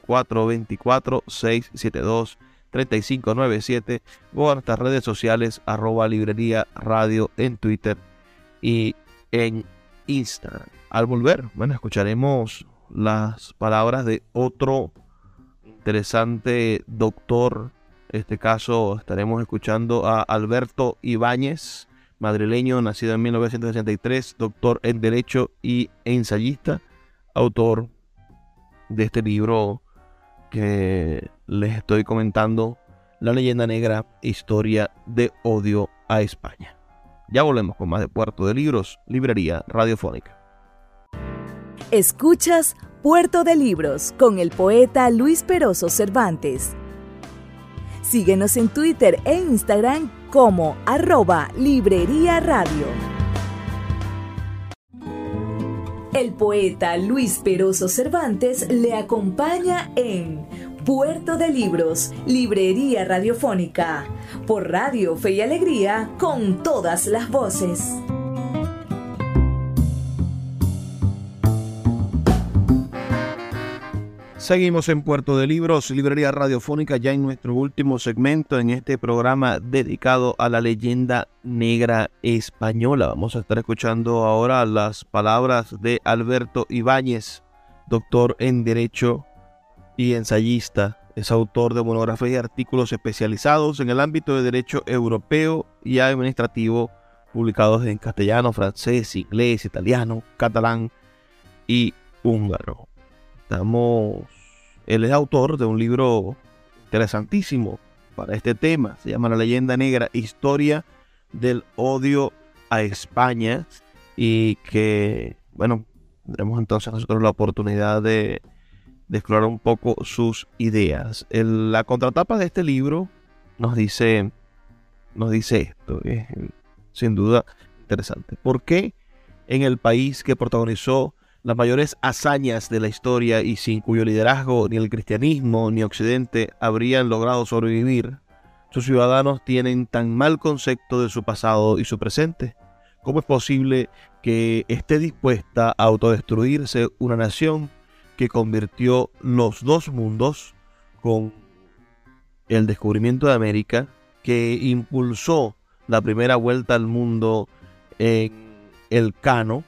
0424-672-3597 o a nuestras redes sociales @librería radio en Twitter y en Instagram. Al volver, escucharemos las palabras de otro interesante doctor. En este caso estaremos escuchando a Alberto Ibáñez, madrileño, nacido en 1963, doctor en Derecho y ensayista, autor de este libro que les estoy comentando, La leyenda negra, historia de odio a España. Ya volvemos con más de Puerto de Libros, Librería Radiofónica. Escuchas Puerto de Libros con el poeta Luis Peroso Cervantes. Síguenos en Twitter e Instagram como @Librería Radio. El poeta Luis Peroso Cervantes le acompaña en Puerto de Libros, librería radiofónica, por Radio Fe y Alegría, con todas las voces. Seguimos en Puerto de Libros, librería radiofónica, ya en nuestro último segmento en este programa dedicado a la leyenda negra española. Vamos a estar escuchando ahora las palabras de Alberto Ibáñez, doctor en Derecho y ensayista. Es autor de monografías y artículos especializados en el ámbito de derecho europeo y administrativo, publicados en castellano, francés, inglés, italiano, catalán y húngaro. Él es autor de un libro interesantísimo para este tema. Se llama La leyenda negra, historia del odio a España, y que, bueno, tendremos entonces nosotros la oportunidad de explorar un poco sus ideas. La contratapa de este libro nos dice esto, es sin duda interesante. ¿Por qué en el país que protagonizó las mayores hazañas de la historia y sin cuyo liderazgo ni el cristianismo ni Occidente habrían logrado sobrevivir, sus ciudadanos tienen tan mal concepto de su pasado y su presente? ¿Cómo es posible que esté dispuesta a autodestruirse una nación que convirtió los dos mundos con el descubrimiento de América, que impulsó la primera vuelta al mundo en el Cano,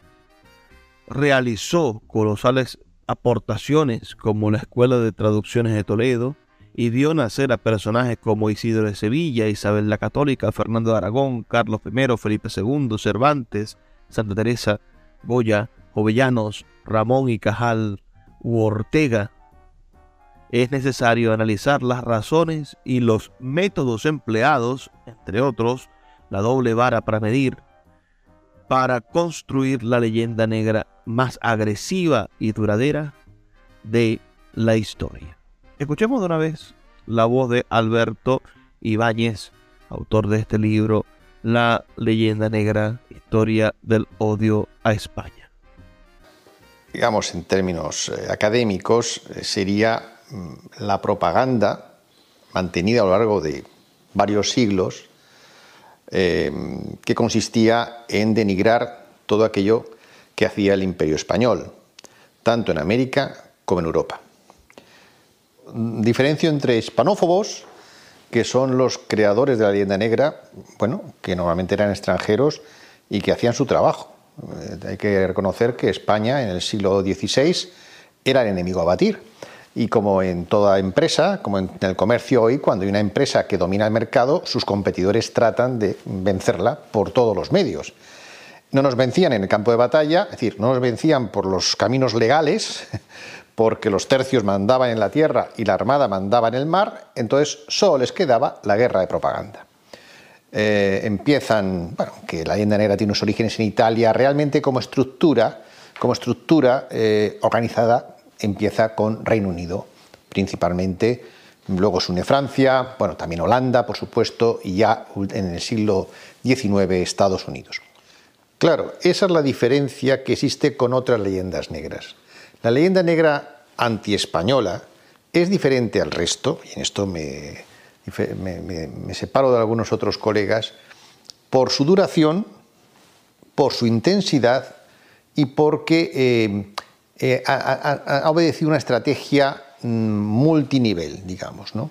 realizó colosales aportaciones como la Escuela de Traducciones de Toledo y vio nacer a personajes como Isidro de Sevilla, Isabel la Católica, Fernando de Aragón, Carlos I, Felipe II, Cervantes, Santa Teresa, Goya, Jovellanos, Ramón y Cajal u Ortega? Es necesario analizar las razones y los métodos empleados, entre otros, la doble vara para medir, para construir la leyenda negra más agresiva y duradera de la historia. Escuchemos de una vez la voz de Alberto Ibáñez, autor de este libro, La leyenda negra, historia del odio a España. Digamos, en términos académicos, sería la propaganda mantenida a lo largo de varios siglos, que consistía en denigrar todo aquello que hacía el Imperio Español, tanto en América como en Europa. Diferencio entre hispanófobos, que son los creadores de la leyenda negra, bueno, que normalmente eran extranjeros y que hacían su trabajo. Hay que reconocer que España en el siglo XVI era el enemigo a batir. Y como en toda empresa, como en el comercio hoy, cuando hay una empresa que domina el mercado, sus competidores tratan de vencerla por todos los medios. No nos vencían en el campo de batalla, es decir, no nos vencían por los caminos legales, porque los tercios mandaban en la tierra y la armada mandaba en el mar, entonces solo les quedaba la guerra de propaganda. Empiezan, bueno, que la leyenda negra tiene sus orígenes en Italia, realmente como estructura organizada, empieza con Reino Unido, principalmente, luego se une Francia, bueno, también Holanda, por supuesto, y ya en el siglo XIX Estados Unidos. Claro, esa es la diferencia que existe con otras leyendas negras. La leyenda negra antiespañola es diferente al resto, y en esto me separo de algunos otros colegas, por su duración, por su intensidad y porque ha obedecido una estrategia multinivel, digamos, ¿no?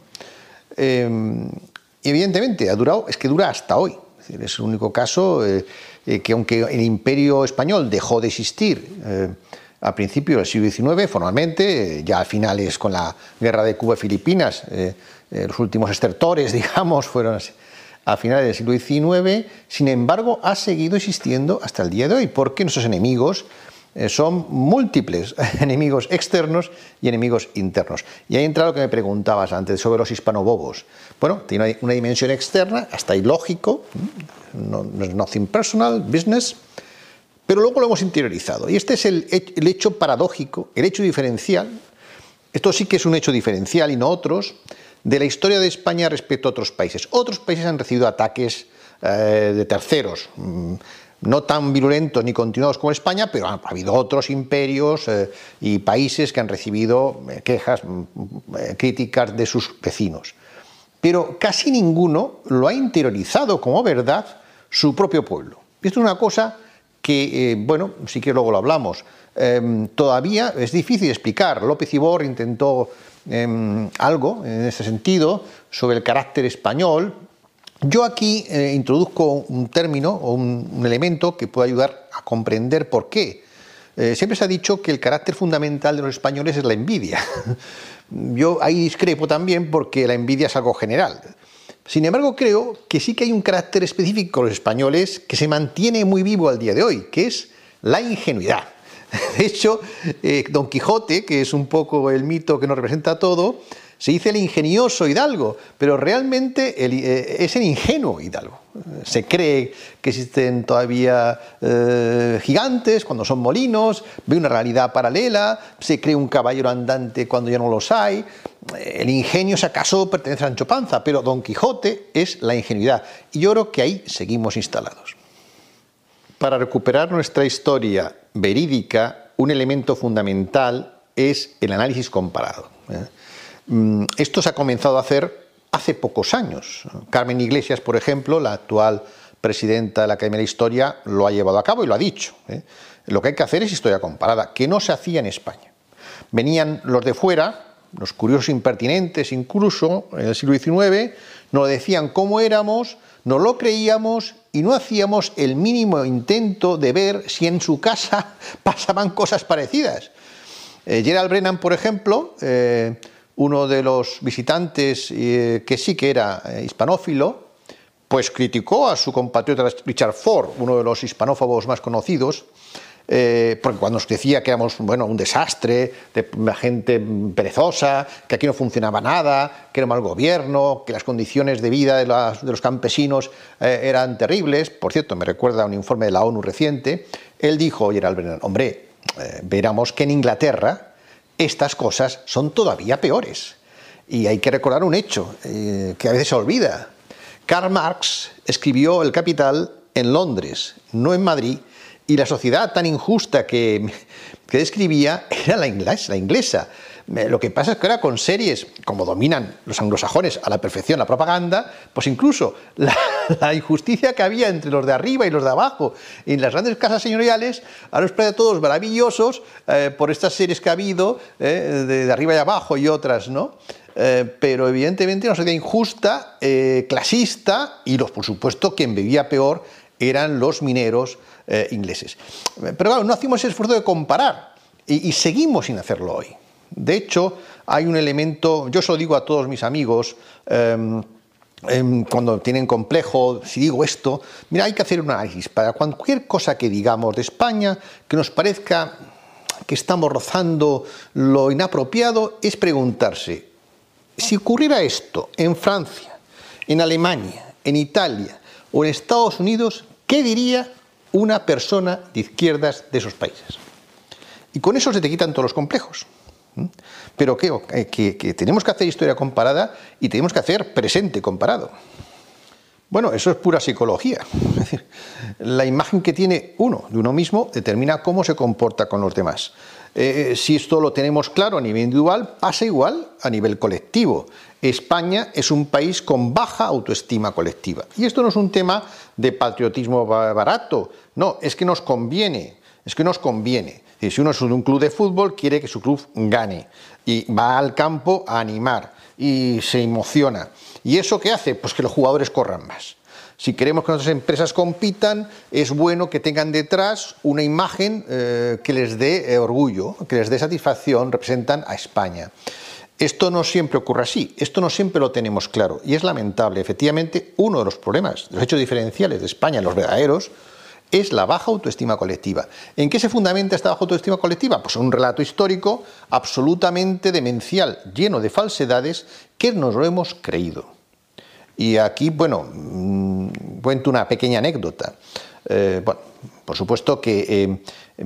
Evidentemente, dura hasta hoy. Es decir, es el único caso que, aunque el Imperio Español dejó de existir a principios del siglo XIX, formalmente, ya a finales con la guerra de Cuba y Filipinas, los últimos estertores, digamos, fueron a finales del siglo XIX, sin embargo, ha seguido existiendo hasta el día de hoy, porque nuestros enemigos son múltiples, enemigos externos y enemigos internos. Y ahí entra lo que me preguntabas antes sobre los hispanobobos. Bueno, tiene una dimensión externa, hasta ilógico, no es nothing personal, business, pero luego lo hemos interiorizado. Y este es el hecho paradójico, el hecho diferencial, esto sí que es un hecho diferencial y no otros, de la historia de España respecto a otros países. Otros países han recibido ataques de terceros, no tan virulentos ni continuados como España, pero ha habido otros imperios y países que han recibido quejas, críticas de sus vecinos. Pero casi ninguno lo ha interiorizado como verdad su propio pueblo. Esto es una cosa que, bueno, sí que luego lo hablamos, todavía es difícil explicar. López Ibor intentó algo en ese sentido sobre el carácter español. Yo aquí introduzco un término o un elemento que puede ayudar a comprender por qué. Siempre se ha dicho que el carácter fundamental de los españoles es la envidia. Yo ahí discrepo también porque la envidia es algo general. Sin embargo, creo que sí que hay un carácter específico de los españoles que se mantiene muy vivo al día de hoy, que es la ingenuidad. De hecho, Don Quijote, que es un poco el mito que nos representa todo, se dice el ingenioso hidalgo, pero realmente es el ingenuo hidalgo. Se cree que existen todavía gigantes cuando son molinos, ve una realidad paralela, se cree un caballero andante cuando ya no los hay. El ingenio, si acaso, pertenece a Sancho Panza, pero Don Quijote es la ingenuidad. Y yo creo que ahí seguimos instalados. Para recuperar nuestra historia verídica, un elemento fundamental es el análisis comparado. Esto se ha comenzado a hacer hace pocos años. Carmen Iglesias, por ejemplo, la actual presidenta de la Academia de la Historia, lo ha llevado a cabo y lo ha dicho. Lo que hay que hacer es historia comparada, que no se hacía en España. Venían los de fuera, los curiosos impertinentes incluso, en el siglo XIX, nos decían cómo éramos, nos lo creíamos y no hacíamos el mínimo intento de ver si en su casa pasaban cosas parecidas. Gerald Brennan, por ejemplo, uno de los visitantes que sí que era hispanófilo, pues criticó a su compatriota Richard Ford, uno de los hispanófobos más conocidos, porque cuando nos decía que éramos, bueno, un desastre, de gente perezosa, que aquí no funcionaba nada, que era mal gobierno, que las condiciones de vida de los campesinos eran terribles. Por cierto, me recuerda a un informe de la ONU reciente. Él dijo, Gerald Brennan, hombre, veramos que en Inglaterra estas cosas son todavía peores. Y hay que recordar un hecho que a veces se olvida. Karl Marx escribió El Capital en Londres, no en Madrid, y la sociedad tan injusta que describía era la inglesa. Lo que pasa es que ahora con series, como dominan los anglosajones a la perfección la propaganda, pues incluso la injusticia que había entre los de arriba y los de abajo en las grandes casas señoriales, ahora nos parece a todos maravillosos por estas series que ha habido de arriba y abajo y otras, ¿no? Pero evidentemente una sociedad injusta, clasista, y por supuesto quien vivía peor eran los mineros ingleses. Pero claro, no hacemos ese esfuerzo de comparar y seguimos sin hacerlo hoy. De hecho, hay un elemento, yo se lo digo a todos mis amigos, cuando tienen complejo, si digo esto, mira, hay que hacer un análisis para cualquier cosa que digamos de España que nos parezca que estamos rozando lo inapropiado, es preguntarse, si ocurriera esto en Francia, en Alemania, en Italia o en Estados Unidos, ¿qué diría una persona de izquierdas de esos países? Y con eso se te quitan todos los complejos. Pero que tenemos que hacer historia comparada y tenemos que hacer presente comparado. Bueno, eso es pura psicología. Es decir, la imagen que tiene uno de uno mismo determina cómo se comporta con los demás. Si esto lo tenemos claro a nivel individual, pasa igual a nivel colectivo. España es un país con baja autoestima colectiva. Y esto no es un tema de patriotismo barato, no, es que nos conviene, Si uno es de un club de fútbol, quiere que su club gane y va al campo a animar y se emociona. ¿Y eso qué hace? Pues que los jugadores corran más. Si queremos que nuestras empresas compitan, es bueno que tengan detrás una imagen que les dé orgullo, que les dé satisfacción, representan a España. Esto no siempre ocurre así, esto no siempre lo tenemos claro y es lamentable. Efectivamente, uno de los problemas, de los hechos diferenciales de España, los verdaderos, es la baja autoestima colectiva. ¿En qué se fundamenta esta baja autoestima colectiva? Pues en un relato histórico absolutamente demencial, lleno de falsedades que nos lo hemos creído. Y aquí, bueno, cuento una pequeña anécdota. Bueno, por supuesto que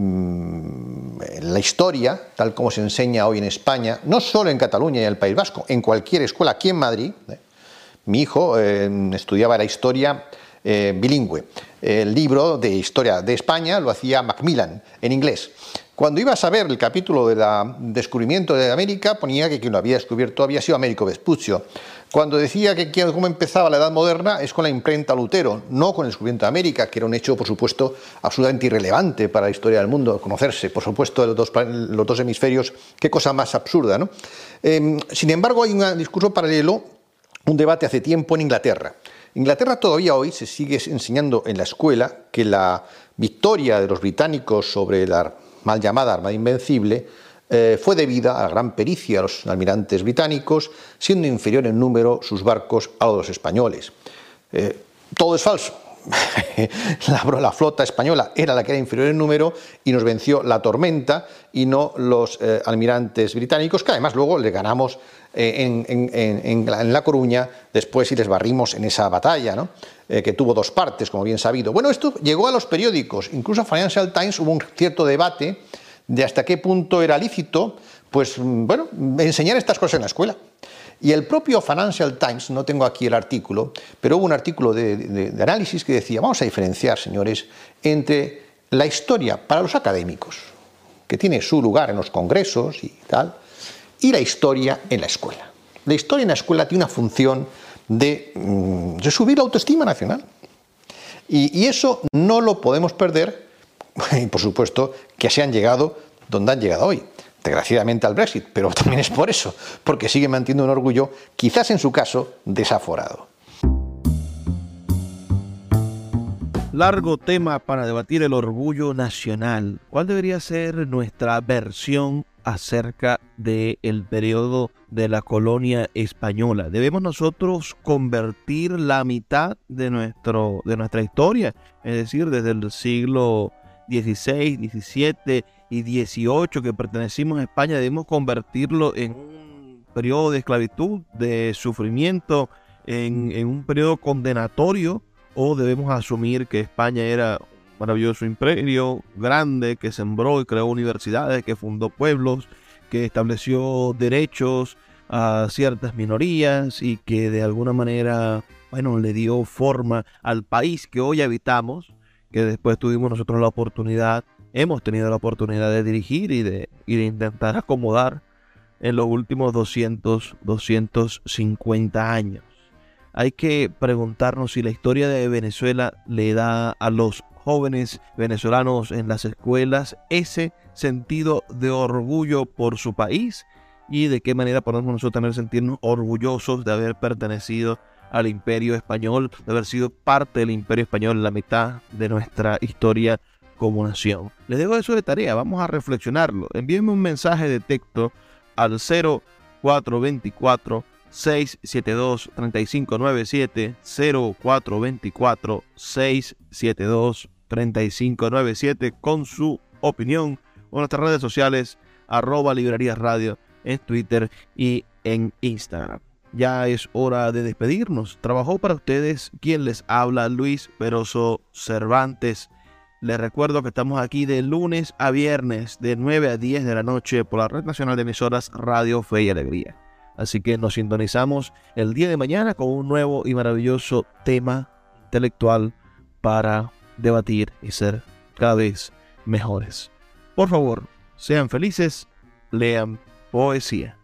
la historia, tal como se enseña hoy en España, no solo en Cataluña y en el País Vasco, en cualquier escuela, aquí en Madrid, mi hijo estudiaba la historia bilingüe. El libro de historia de España lo hacía Macmillan en inglés. Cuando ibas a ver el capítulo del descubrimiento de América, ponía que quien lo había descubierto había sido Américo Vespucio. Cuando decía que cómo empezaba la Edad Moderna es con la imprenta Lutero, no con el descubrimiento de América, que era un hecho, por supuesto, absolutamente irrelevante para la historia del mundo, conocerse, por supuesto, de los dos hemisferios, qué cosa más absurda, ¿no? Sin embargo, hay un discurso paralelo, un debate hace tiempo en Inglaterra. En Inglaterra todavía hoy se sigue enseñando en la escuela que la victoria de los británicos sobre la mal llamada Armada Invencible fue debida a la gran pericia de los almirantes británicos, siendo inferior en número sus barcos a los españoles. Todo es falso. La flota española era la que era inferior en número y nos venció la Tormenta y no los almirantes británicos, que además luego le ganamos en La Coruña después y les barrimos en esa batalla, ¿no? Que tuvo dos partes, como bien sabido. Bueno, esto llegó a los periódicos, incluso a Financial Times hubo un cierto debate de hasta qué punto era lícito, pues bueno, enseñar estas cosas en la escuela. Y el propio Financial Times, no tengo aquí el artículo, pero hubo un artículo de análisis que decía, vamos a diferenciar, señores, entre la historia para los académicos, que tiene su lugar en los congresos y tal, y la historia en la escuela. La historia en la escuela tiene una función de subir la autoestima nacional. Y eso no lo podemos perder, y por supuesto que se han llegado donde han llegado hoy. Desgraciadamente al Brexit, pero también es por eso, porque sigue manteniendo un orgullo, quizás en su caso, desaforado. Largo tema para debatir el orgullo nacional. ¿Cuál debería ser nuestra versión acerca del periodo de la colonia española? ¿Debemos nosotros convertir la mitad de nuestra historia? Es decir, desde el siglo XVI, XVII y XVIII que pertenecimos a España, debemos convertirlo en un periodo de esclavitud, de sufrimiento, en un periodo condenatorio, o debemos asumir que España era un maravilloso imperio grande que sembró y creó universidades, que fundó pueblos, que estableció derechos a ciertas minorías y que de alguna manera, bueno, le dio forma al país que hoy habitamos, que después tuvimos nosotros hemos tenido la oportunidad de dirigir y de intentar acomodar en los últimos 250 años. Hay que preguntarnos si la historia de Venezuela le da a los jóvenes venezolanos en las escuelas ese sentido de orgullo por su país y de qué manera podemos nosotros también sentirnos orgullosos de haber pertenecido al Imperio Español, de haber sido parte del Imperio Español en la mitad de nuestra historia como nación. Les dejo eso de tarea, vamos a reflexionarlo. Envíenme un mensaje de texto al 0424-672-3597, 0424-672-3597 con su opinión o nuestras redes sociales @Librerías Radio en Twitter y en Instagram. Ya es hora de despedirnos. Trabajó para ustedes quien les habla, Luis Peroso Cervantes. Les recuerdo que estamos aquí de lunes a viernes de 9 a 10 de la noche por la Red Nacional de Emisoras Radio Fe y Alegría. Así que nos sintonizamos el día de mañana con un nuevo y maravilloso tema intelectual para debatir y ser cada vez mejores. Por favor, sean felices, lean poesía.